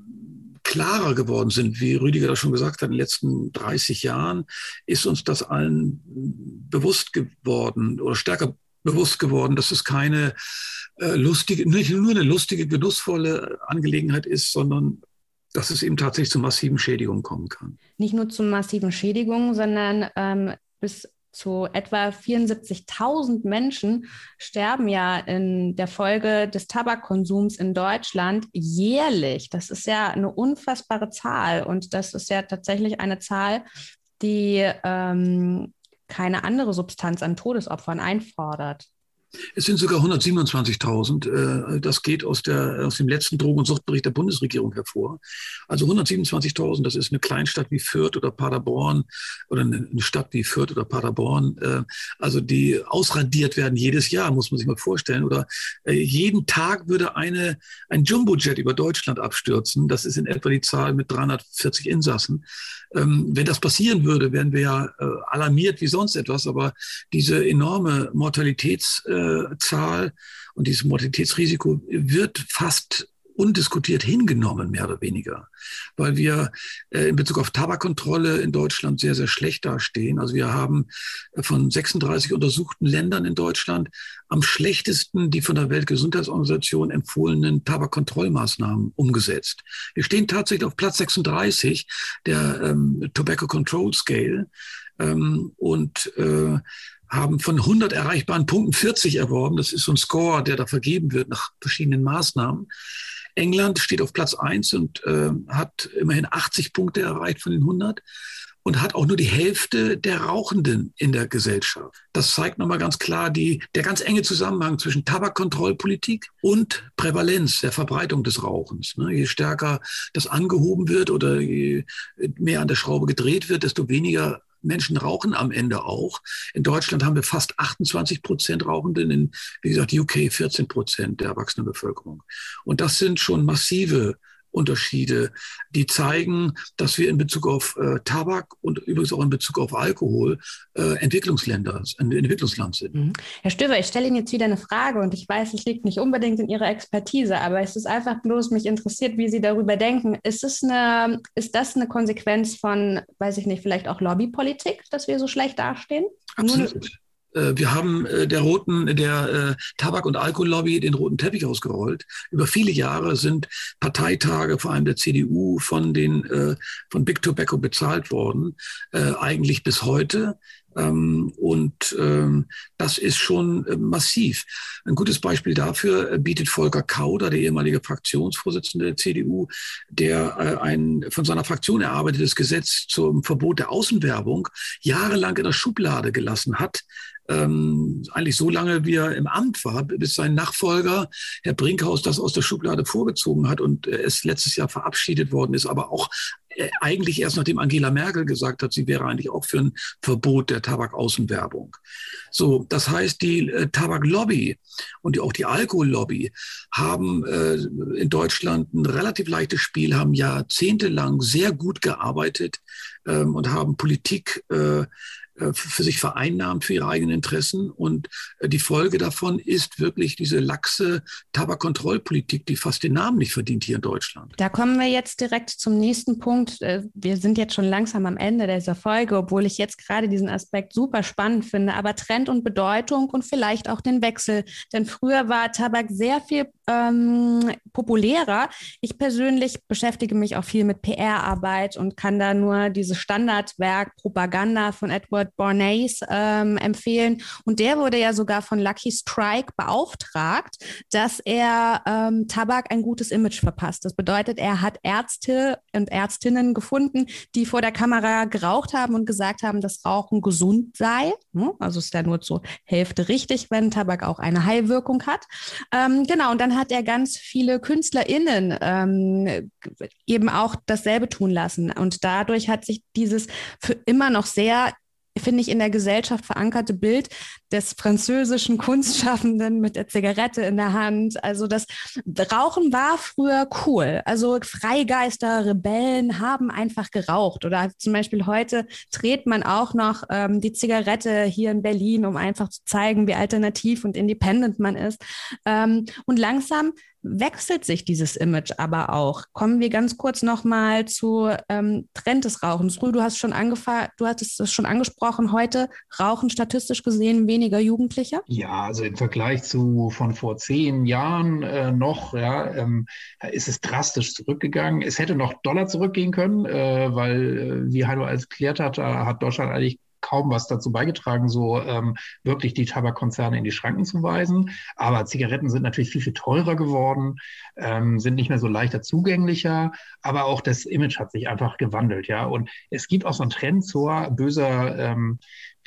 klarer geworden sind. Wie Rüdiger das schon gesagt hat, in den letzten dreißig Jahren ist uns das allen bewusst geworden oder stärker bewusst geworden, dass es keine äh, lustige, nicht nur eine lustige, genussvolle Angelegenheit ist, sondern dass es eben tatsächlich zu massiven Schädigungen kommen kann. Nicht nur zu massiven Schädigungen, sondern ähm, bis zu etwa vierundsiebzigtausend Menschen sterben ja in der Folge des Tabakkonsums in Deutschland jährlich. Das ist ja eine unfassbare Zahl und das ist ja tatsächlich eine Zahl, die ähm, keine andere Substanz an Todesopfern einfordert. Es sind sogar hundertsiebenundzwanzigtausend. Das geht aus, der, aus dem letzten Drogen- und Suchtbericht der Bundesregierung hervor. Also hundertsiebenundzwanzigtausend, das ist eine Kleinstadt wie Fürth oder Paderborn oder eine Stadt wie Fürth oder Paderborn. Also die ausradiert werden jedes Jahr, muss man sich mal vorstellen. Oder jeden Tag würde eine, ein Jumbojet über Deutschland abstürzen. Das ist in etwa die Zahl mit dreihundertvierzig Insassen. Wenn das passieren würde, wären wir ja alarmiert wie sonst etwas. Aber diese enorme Mortalitäts Zahl und dieses Mortalitätsrisiko wird fast undiskutiert hingenommen, mehr oder weniger, weil wir äh, in Bezug auf Tabakkontrolle in Deutschland sehr, sehr schlecht dastehen. Also wir haben von sechsunddreißig untersuchten Ländern in Deutschland am schlechtesten die von der Weltgesundheitsorganisation empfohlenen Tabakkontrollmaßnahmen umgesetzt. Wir stehen tatsächlich auf Platz sechsunddreißig der ähm, Tobacco Control Scale ähm, und äh, haben von hundert erreichbaren Punkten vierzig erworben. Das ist so ein Score, der da vergeben wird nach verschiedenen Maßnahmen. England steht auf Platz eins und äh, hat immerhin achtzig Punkte erreicht von den hundert und hat auch nur die Hälfte der Rauchenden in der Gesellschaft. Das zeigt nochmal ganz klar die, der ganz enge Zusammenhang zwischen Tabakkontrollpolitik und Prävalenz der Verbreitung des Rauchens. Ne? Je stärker das angehoben wird oder je mehr an der Schraube gedreht wird, desto weniger Menschen rauchen am Ende auch. In Deutschland haben wir fast achtundzwanzig Prozent Rauchenden, in, wie gesagt, U K vierzehn Prozent der erwachsenen Bevölkerung. Und das sind schon massive Unterschiede, die zeigen, dass wir in Bezug auf äh, Tabak und übrigens auch in Bezug auf Alkohol äh, Entwicklungsländer, ein Entwicklungsland sind. Mhm. Herr Stöver, ich stelle Ihnen jetzt wieder eine Frage und ich weiß, es liegt nicht unbedingt in Ihrer Expertise, aber es ist einfach bloß, mich interessiert, wie Sie darüber denken. Ist es eine, ist das eine Konsequenz von, weiß ich nicht, vielleicht auch Lobbypolitik, dass wir so schlecht dastehen? Absolut. Wir haben der roten, der Tabak- und Alkohollobby den roten Teppich ausgerollt. Über viele Jahre sind Parteitage, vor allem der C D U, von den von Big Tobacco bezahlt worden, eigentlich bis heute. Und das ist schon massiv. Ein gutes Beispiel dafür bietet Volker Kauder, der ehemalige Fraktionsvorsitzende der C D U, der ein von seiner Fraktion erarbeitetes Gesetz zum Verbot der Außenwerbung jahrelang in der Schublade gelassen hat. Ähm, eigentlich so lange, wie er im Amt war, bis sein Nachfolger, Herr Brinkhaus, das aus der Schublade vorgezogen hat und äh, es letztes Jahr verabschiedet worden ist, aber auch äh, eigentlich erst nachdem Angela Merkel gesagt hat, sie wäre eigentlich auch für ein Verbot der Tabakaußenwerbung. So, das heißt, die äh, Tabaklobby und die, auch die Alkohollobby haben äh, in Deutschland ein relativ leichtes Spiel, haben jahrzehntelang sehr gut gearbeitet ähm, und haben Politik äh, für sich vereinnahmt, für ihre eigenen Interessen. Und die Folge davon ist wirklich diese laxe Tabakkontrollpolitik, die fast den Namen nicht verdient hier in Deutschland. Da kommen wir jetzt direkt zum nächsten Punkt. Wir sind jetzt schon langsam am Ende dieser Folge, obwohl ich jetzt gerade diesen Aspekt super spannend finde. Aber Trend und Bedeutung und vielleicht auch den Wechsel. Denn früher war Tabak sehr viel ähm, populärer. Ich persönlich beschäftige mich auch viel mit P R-Arbeit und kann da nur dieses Standardwerk Propaganda von Edward Bernays ähm, empfehlen. Und der wurde ja sogar von Lucky Strike beauftragt, dass er ähm, Tabak ein gutes Image verpasst. Das bedeutet, er hat Ärzte und Ärztinnen gefunden, die vor der Kamera geraucht haben und gesagt haben, dass Rauchen gesund sei. Also ist ja nur zur Hälfte richtig, wenn Tabak auch eine Heilwirkung hat. Ähm, genau, und dann hat er ganz viele KünstlerInnen ähm, eben auch dasselbe tun lassen. Und dadurch hat sich dieses für immer noch sehr, finde ich, in der Gesellschaft verankerte Bild des französischen Kunstschaffenden mit der Zigarette in der Hand. Also das Rauchen war früher cool. Also Freigeister, Rebellen haben einfach geraucht. Oder zum Beispiel heute dreht man auch noch ähm, die Zigarette hier in Berlin, um einfach zu zeigen, wie alternativ und independent man ist. Ähm, und langsam wechselt sich dieses Image aber auch. Kommen wir ganz kurz nochmal zu ähm, Trend des Rauchens. Rü, du hast schon angefangen, du hattest es schon angesprochen, heute rauchen statistisch gesehen weniger Jugendliche? Ja, also im Vergleich zu von vor zehn Jahren äh, noch, ja, ähm, ist es drastisch zurückgegangen. Es hätte noch doller zurückgehen können, äh, weil, äh, wie Heino alles geklärt hat, da hat Deutschland eigentlich kaum was dazu beigetragen, so ähm, wirklich die Tabakkonzerne in die Schranken zu weisen. Aber Zigaretten sind natürlich viel, viel teurer geworden, ähm, sind nicht mehr so leichter zugänglicher, aber auch das Image hat sich einfach gewandelt, ja. Und es gibt auch so einen Trend zur böser, ähm,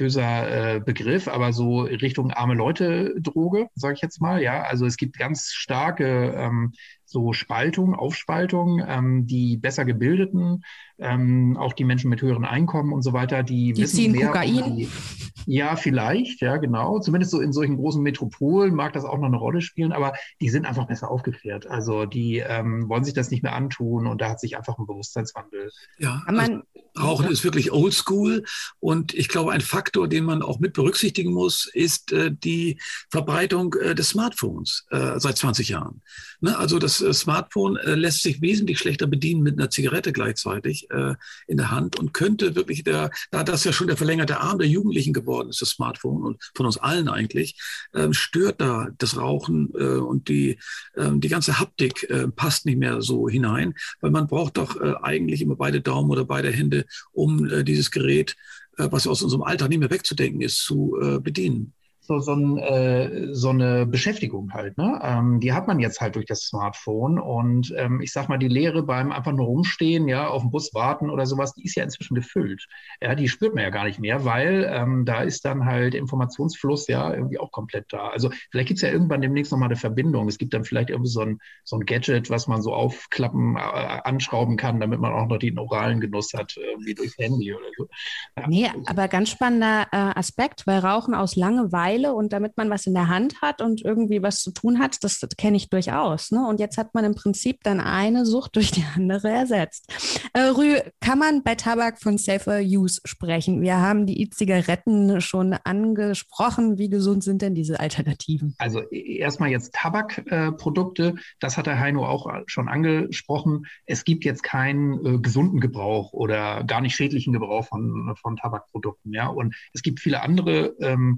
böser äh, Begriff, aber so Richtung arme Leute-Droge, sage ich jetzt mal, ja. Also es gibt ganz starke ähm, so Spaltung, Aufspaltung, ähm, die besser gebildeten, ähm, auch die Menschen mit höheren Einkommen und so weiter, die, die wissen ziehen mehr. Kokain. Die, ja, vielleicht, ja, genau. Zumindest so in solchen großen Metropolen mag das auch noch eine Rolle spielen, aber die sind einfach besser aufgeklärt. Also die ähm, wollen sich das nicht mehr antun und da hat sich einfach ein Bewusstseinswandel. Ja, also Rauchen ist wirklich oldschool und ich glaube, ein Faktor, den man auch mit berücksichtigen muss, ist äh, die Verbreitung äh, des Smartphones äh, seit zwanzig Jahren. Ne? Also das äh, Smartphone äh, lässt sich wesentlich schlechter bedienen mit einer Zigarette gleichzeitig äh, in der Hand und könnte wirklich, der, da das ja schon der verlängerte Arm der Jugendlichen geworden ist, das Smartphone und von uns allen eigentlich, äh, stört da das Rauchen äh, und die, äh, die ganze Haptik äh, passt nicht mehr so hinein, weil man braucht doch äh, eigentlich immer beide Daumen oder beide Hände, um äh, dieses Gerät, äh, was aus unserem Alltag nicht mehr wegzudenken ist, zu äh, bedienen. So, so, ein, äh, so eine Beschäftigung halt, ne? Ähm, die hat man jetzt halt durch das Smartphone und ähm, ich sag mal, die Lehre beim einfach nur rumstehen, ja, auf den Bus warten oder sowas, die ist ja inzwischen gefüllt. Ja, die spürt man ja gar nicht mehr, weil ähm, da ist dann halt Informationsfluss ja irgendwie auch komplett da. Also vielleicht gibt's ja irgendwann demnächst nochmal eine Verbindung. Es gibt dann vielleicht irgendwie so ein, so ein Gadget, was man so aufklappen, äh, anschrauben kann, damit man auch noch den oralen Genuss hat, irgendwie durchs Handy oder so. Ja. Nee, aber ganz spannender äh, Aspekt, weil Rauchen aus Langeweile und damit man was in der Hand hat und irgendwie was zu tun hat, das, das kenne ich durchaus. Ne? Und jetzt hat man im Prinzip dann eine Sucht durch die andere ersetzt. Äh, Rü, kann man bei Tabak von Safer Use sprechen? Wir haben die E-Zigaretten schon angesprochen. Wie gesund sind denn diese Alternativen? Also erstmal jetzt Tabakprodukte, äh, das hat der Heino auch schon angesprochen. Es gibt jetzt keinen äh, gesunden Gebrauch oder gar nicht schädlichen Gebrauch von, von Tabakprodukten. Ja? Und es gibt viele andere ähm,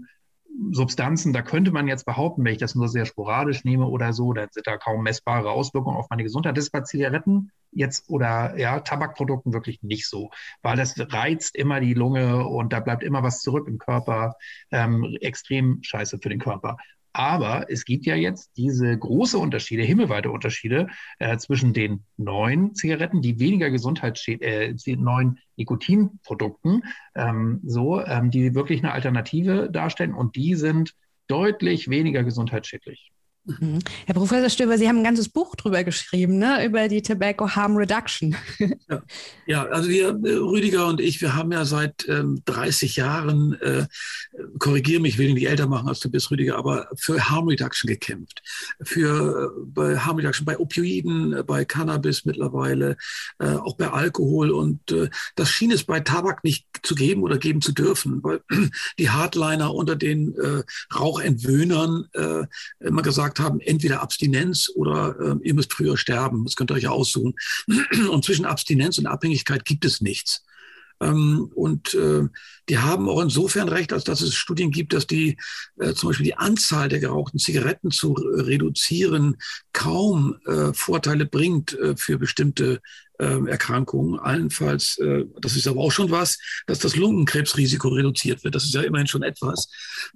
Substanzen, da könnte man jetzt behaupten, wenn ich das nur sehr sporadisch nehme oder so, dann sind da kaum messbare Auswirkungen auf meine Gesundheit. Das ist bei Zigaretten jetzt oder ja, Tabakprodukten wirklich nicht so, weil das reizt immer die Lunge und da bleibt immer was zurück im Körper. Ähm, extrem scheiße für den Körper. Aber es gibt ja jetzt diese große Unterschiede, himmelweite Unterschiede äh, zwischen den neuen Zigaretten, die weniger gesundheitsschädlich, äh, neuen Nikotinprodukten, ähm, so, ähm, die wirklich eine Alternative darstellen und die sind deutlich weniger gesundheitsschädlich. Mhm. Herr Professor Stöber, Sie haben ein ganzes Buch drüber geschrieben, ne? Über die Tobacco Harm Reduction. Ja, ja, also wir, Rüdiger und ich, wir haben ja seit ähm, dreißig Jahren, äh, korrigiere mich, ich will ihn nicht älter machen als du bist, Rüdiger, aber für Harm Reduction gekämpft. Für äh, bei Harm Reduction, bei Opioiden, äh, bei Cannabis mittlerweile, äh, auch bei Alkohol. Und äh, das schien es bei Tabak nicht zu geben oder geben zu dürfen, weil die Hardliner unter den äh, Rauchentwöhnern äh, immer gesagt haben, entweder Abstinenz oder äh, ihr müsst früher sterben. Das könnt ihr euch ja aussuchen. Und zwischen Abstinenz und Abhängigkeit gibt es nichts. Ähm, und äh, die haben auch insofern recht, als dass es Studien gibt, dass die äh, zum Beispiel die Anzahl der gerauchten Zigaretten zu äh, reduzieren kaum äh, Vorteile bringt äh, für bestimmte äh, Erkrankungen. Allenfalls, äh, das ist aber auch schon was, dass das Lungenkrebsrisiko reduziert wird. Das ist ja immerhin schon etwas.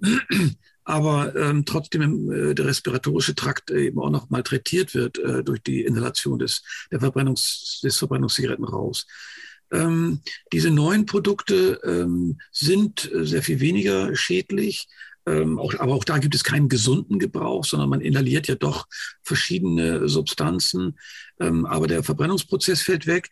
Aber ähm, trotzdem äh, der respiratorische Trakt eben auch noch malträtiert wird äh, durch die Inhalation des, der Verbrennungs, des Verbrennungszigarettenrauchs. Ähm, diese neuen Produkte ähm, sind sehr viel weniger schädlich. Ähm, auch, aber auch da gibt es keinen gesunden Gebrauch, sondern man inhaliert ja doch verschiedene Substanzen. Ähm, aber der Verbrennungsprozess fällt weg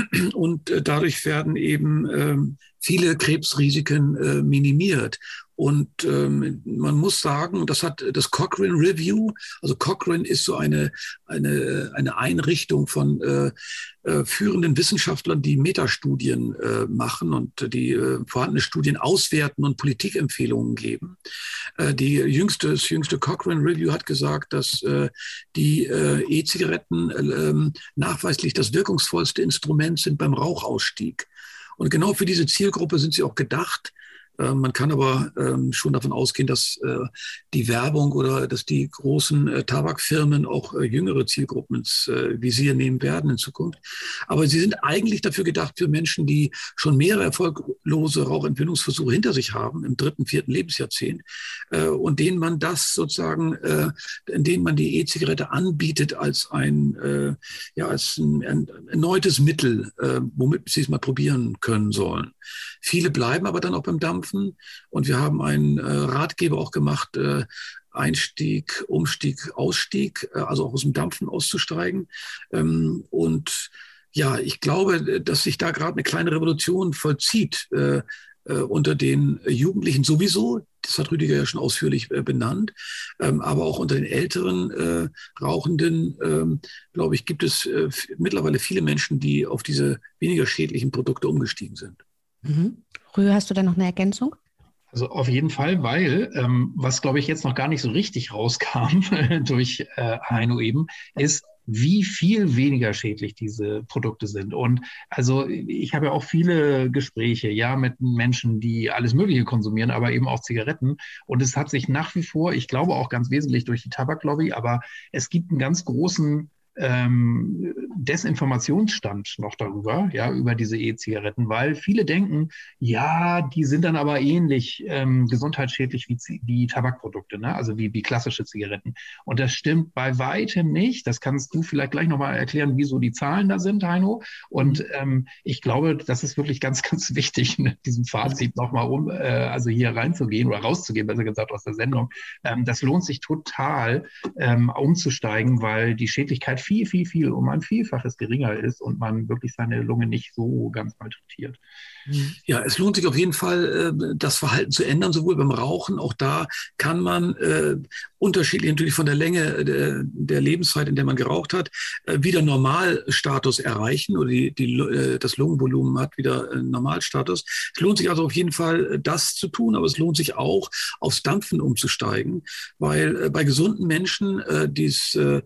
und äh, dadurch werden eben ähm, viele Krebsrisiken äh, minimiert. Und ähm, man muss sagen, das hat das Cochrane Review, also Cochrane ist so eine, eine, eine Einrichtung von äh, äh, führenden Wissenschaftlern, die Metastudien äh, machen und die äh, vorhandene Studien auswerten und Politikempfehlungen geben. Äh, die jüngste, das jüngste Cochrane Review hat gesagt, dass äh, die äh, E-Zigaretten äh, nachweislich das wirkungsvollste Instrument sind beim Rauchausstieg. Und genau für diese Zielgruppe sind sie auch gedacht. Man kann aber ähm, schon davon ausgehen, dass äh, die Werbung oder dass die großen äh, Tabakfirmen auch äh, jüngere Zielgruppen ins äh, Visier nehmen werden in Zukunft. Aber sie sind eigentlich dafür gedacht für Menschen, die schon mehrere erfolglose Rauchentwöhnungsversuche hinter sich haben, im dritten, vierten Lebensjahrzehnt, äh, und denen man das sozusagen, äh, in denen man die E-Zigarette anbietet als ein, äh, ja, als ein, ein erneutes Mittel, äh, womit sie es mal probieren können sollen. Viele bleiben aber dann auch beim Dampfen. Und wir haben einen äh, Ratgeber auch gemacht, äh, Einstieg, Umstieg, Ausstieg, äh, also auch aus dem Dampfen auszusteigen. Ähm, und ja, ich glaube, dass sich da gerade eine kleine Revolution vollzieht äh, äh, unter den Jugendlichen sowieso. Das hat Rüdiger ja schon ausführlich äh, benannt. Ähm, aber auch unter den älteren äh, Rauchenden, ähm, glaube ich, gibt es äh, f- mittlerweile viele Menschen, die auf diese weniger schädlichen Produkte umgestiegen sind. Mhm. Rühe, hast du da noch eine Ergänzung? Also auf jeden Fall, weil ähm, was, glaube ich, jetzt noch gar nicht so richtig rauskam durch äh, Heino eben, ist, wie viel weniger schädlich diese Produkte sind. Und also ich habe ja auch viele Gespräche, ja, mit Menschen, die alles Mögliche konsumieren, aber eben auch Zigaretten. Und es hat sich nach wie vor, ich glaube auch ganz wesentlich durch die Tabaklobby, aber es gibt einen ganz großen ähm, Desinformationsstand noch darüber, ja, über diese E-Zigaretten, weil viele denken, ja, die sind dann aber ähnlich ähm, gesundheitsschädlich wie die Tabakprodukte, ne? Also wie, wie klassische Zigaretten. Und das stimmt bei weitem nicht. Das kannst du vielleicht gleich nochmal erklären, wieso die Zahlen da sind, Heino. Und ähm, ich glaube, das ist wirklich ganz, ganz wichtig, in diesem Fazit nochmal um, äh, also hier reinzugehen oder rauszugehen, besser gesagt aus der Sendung. Ähm, das lohnt sich total, ähm, umzusteigen, weil die Schädlichkeit viel, viel, viel um ein Vielfaches geringer ist und man wirklich seine Lunge nicht so ganz malträtiert. Ja, es lohnt sich auf jeden Fall, das Verhalten zu ändern, sowohl beim Rauchen. Auch da kann man äh, unterschiedlich natürlich von der Länge der, der Lebenszeit, in der man geraucht hat, äh, wieder Normalstatus erreichen oder die, die, äh, das Lungenvolumen hat wieder äh, Normalstatus. Es lohnt sich also auf jeden Fall, das zu tun, aber es lohnt sich auch, aufs Dampfen umzusteigen, weil äh, bei gesunden Menschen, äh, die's, äh,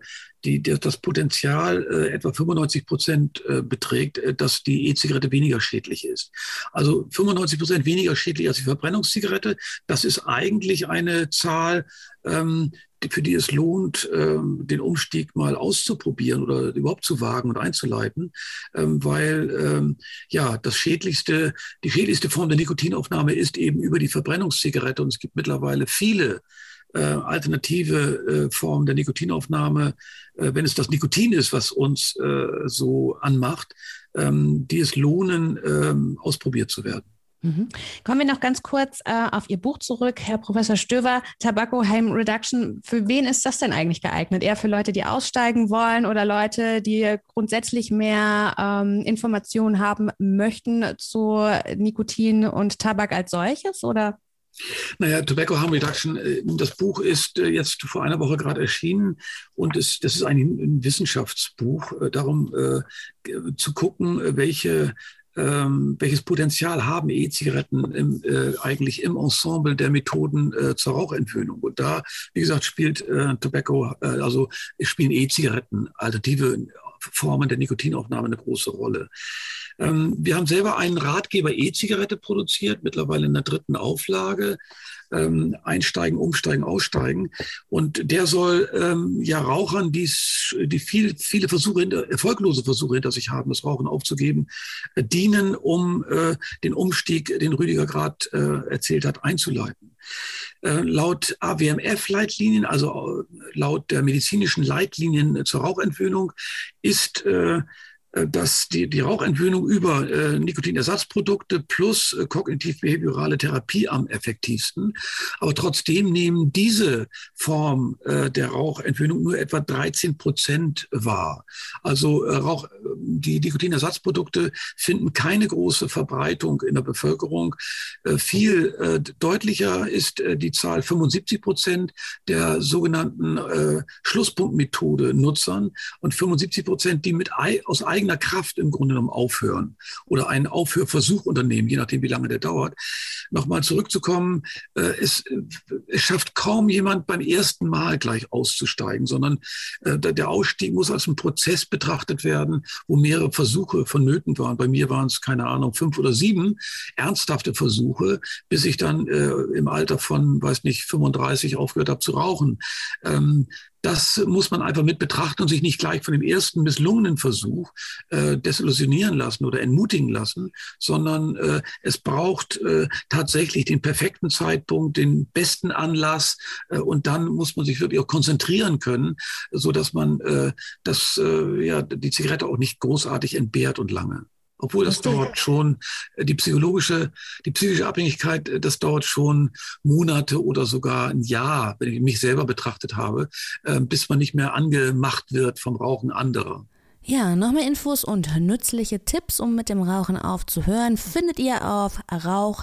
die, die, das Potenzial äh, etwa fünfundneunzig Prozent äh, beträgt, äh, dass die E-Zigarette weniger schädlich ist. Also fünfundneunzig Prozent weniger schädlich als die Verbrennungszigarette. Das ist eigentlich eine Zahl, ähm, für die es lohnt, ähm, den Umstieg mal auszuprobieren oder überhaupt zu wagen und einzuleiten, ähm, weil ähm, ja das schädlichste, die schädlichste Form der Nikotinaufnahme ist eben über die Verbrennungszigarette, und es gibt mittlerweile viele äh, alternative äh, Formen der Nikotinaufnahme, äh, wenn es das Nikotin ist, was uns äh, so anmacht, ähm, die es lohnen, ähm, ausprobiert zu werden. Mhm. Kommen wir noch ganz kurz äh, auf Ihr Buch zurück, Herr Professor Stöver, Tobacco Harm Reduction. Für wen ist das denn eigentlich geeignet? Eher für Leute, die aussteigen wollen oder Leute, die grundsätzlich mehr ähm, Informationen haben möchten zu Nikotin und Tabak als solches, oder? Naja, Tobacco Harm Reduction, das Buch ist jetzt vor einer Woche gerade erschienen, und es, das ist ein, ein Wissenschaftsbuch, darum äh, zu gucken, welche Ähm, welches Potenzial haben E-Zigaretten im, äh, eigentlich im Ensemble der Methoden äh, zur Rauchentwöhnung. Und da, wie gesagt, spielt äh, Tobacco, äh, also spielen E-Zigaretten, alternative Formen der Nikotinaufnahme, eine große Rolle. Ähm, wir haben selber einen Ratgeber E-Zigarette produziert, mittlerweile in der dritten Auflage. Ähm, einsteigen, umsteigen, aussteigen. Und der soll ähm, ja Rauchern, die's, die viel, viele Versuche, hinter, erfolglose Versuche hinter sich haben, das Rauchen aufzugeben, äh, dienen, um äh, den Umstieg, den Rüdiger gerade äh, erzählt hat, einzuleiten. Äh, laut A W M F-Leitlinien, also äh, laut der medizinischen Leitlinien zur Rauchentwöhnung, ist äh, dass die, die Rauchentwöhnung über äh, Nikotinersatzprodukte plus äh, kognitiv-behaviorale Therapie am effektivsten. Aber trotzdem nehmen diese Form äh, der Rauchentwöhnung nur etwa dreizehn Prozent wahr. Also äh, Rauch, die Nikotinersatzprodukte finden keine große Verbreitung in der Bevölkerung. Äh, viel äh, deutlicher ist äh, die Zahl fünfundsiebzig Prozent der sogenannten äh, Schlusspunktmethode-Nutzern und fünfundsiebzig Prozent, die mit ei- aus eigener Kraft im Grunde genommen aufhören oder einen Aufhörversuch unternehmen, je nachdem, wie lange der dauert. Nochmal zurückzukommen, äh, es, es schafft kaum jemand beim ersten Mal gleich auszusteigen, sondern äh, der Ausstieg muss als ein Prozess betrachtet werden, wo mehrere Versuche vonnöten waren. Bei mir waren es, keine Ahnung, fünf oder sieben ernsthafte Versuche, bis ich dann äh, im Alter von, weiß nicht, fünfunddreißig aufgehört habe zu rauchen. Ähm, Das muss man einfach mit betrachten und sich nicht gleich von dem ersten misslungenen Versuch äh, desillusionieren lassen oder entmutigen lassen, sondern äh, es braucht äh, tatsächlich den perfekten Zeitpunkt, den besten Anlass, äh, und dann muss man sich wirklich auch konzentrieren können, so dass man äh, das, äh, ja, die Zigarette auch nicht großartig entbehrt und lange. Obwohl das dauert schon, die psychologische, die psychische Abhängigkeit, das dauert schon Monate oder sogar ein Jahr, wenn ich mich selber betrachtet habe, bis man nicht mehr angemacht wird vom Rauchen anderer. Ja, noch mehr Infos und nützliche Tipps, um mit dem Rauchen aufzuhören, findet ihr auf rauch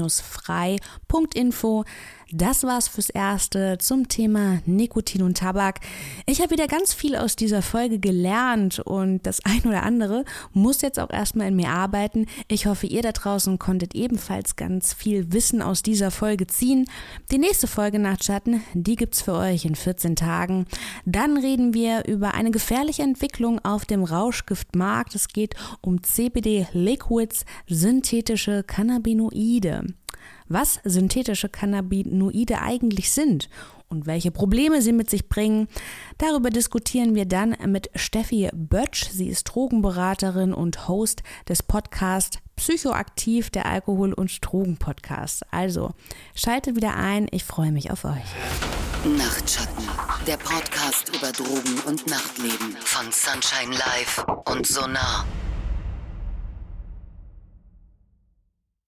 frei punkt info. Das war's fürs Erste zum Thema Nikotin und Tabak. Ich habe wieder ganz viel aus dieser Folge gelernt und das ein oder andere muss jetzt auch erstmal in mir arbeiten. Ich hoffe, ihr da draußen konntet ebenfalls ganz viel Wissen aus dieser Folge ziehen. Die nächste Folge Nachtschatten, die gibt's für euch in vierzehn Tagen. Dann reden wir über eine gefährliche Entwicklung auf dem Rauschgiftmarkt. Es geht um C B D-Liquids, synthetische Cannabinoide. Was synthetische Cannabinoide eigentlich sind und welche Probleme sie mit sich bringen, darüber diskutieren wir dann mit Steffi Böttsch. Sie ist Drogenberaterin und Host des Podcasts Psychoaktiv, der Alkohol- und Drogen-Podcast. Also, schaltet wieder ein, ich freue mich auf euch. Nachtschatten, der Podcast über Drogen und Nachtleben von Sunshine Live und Sonar.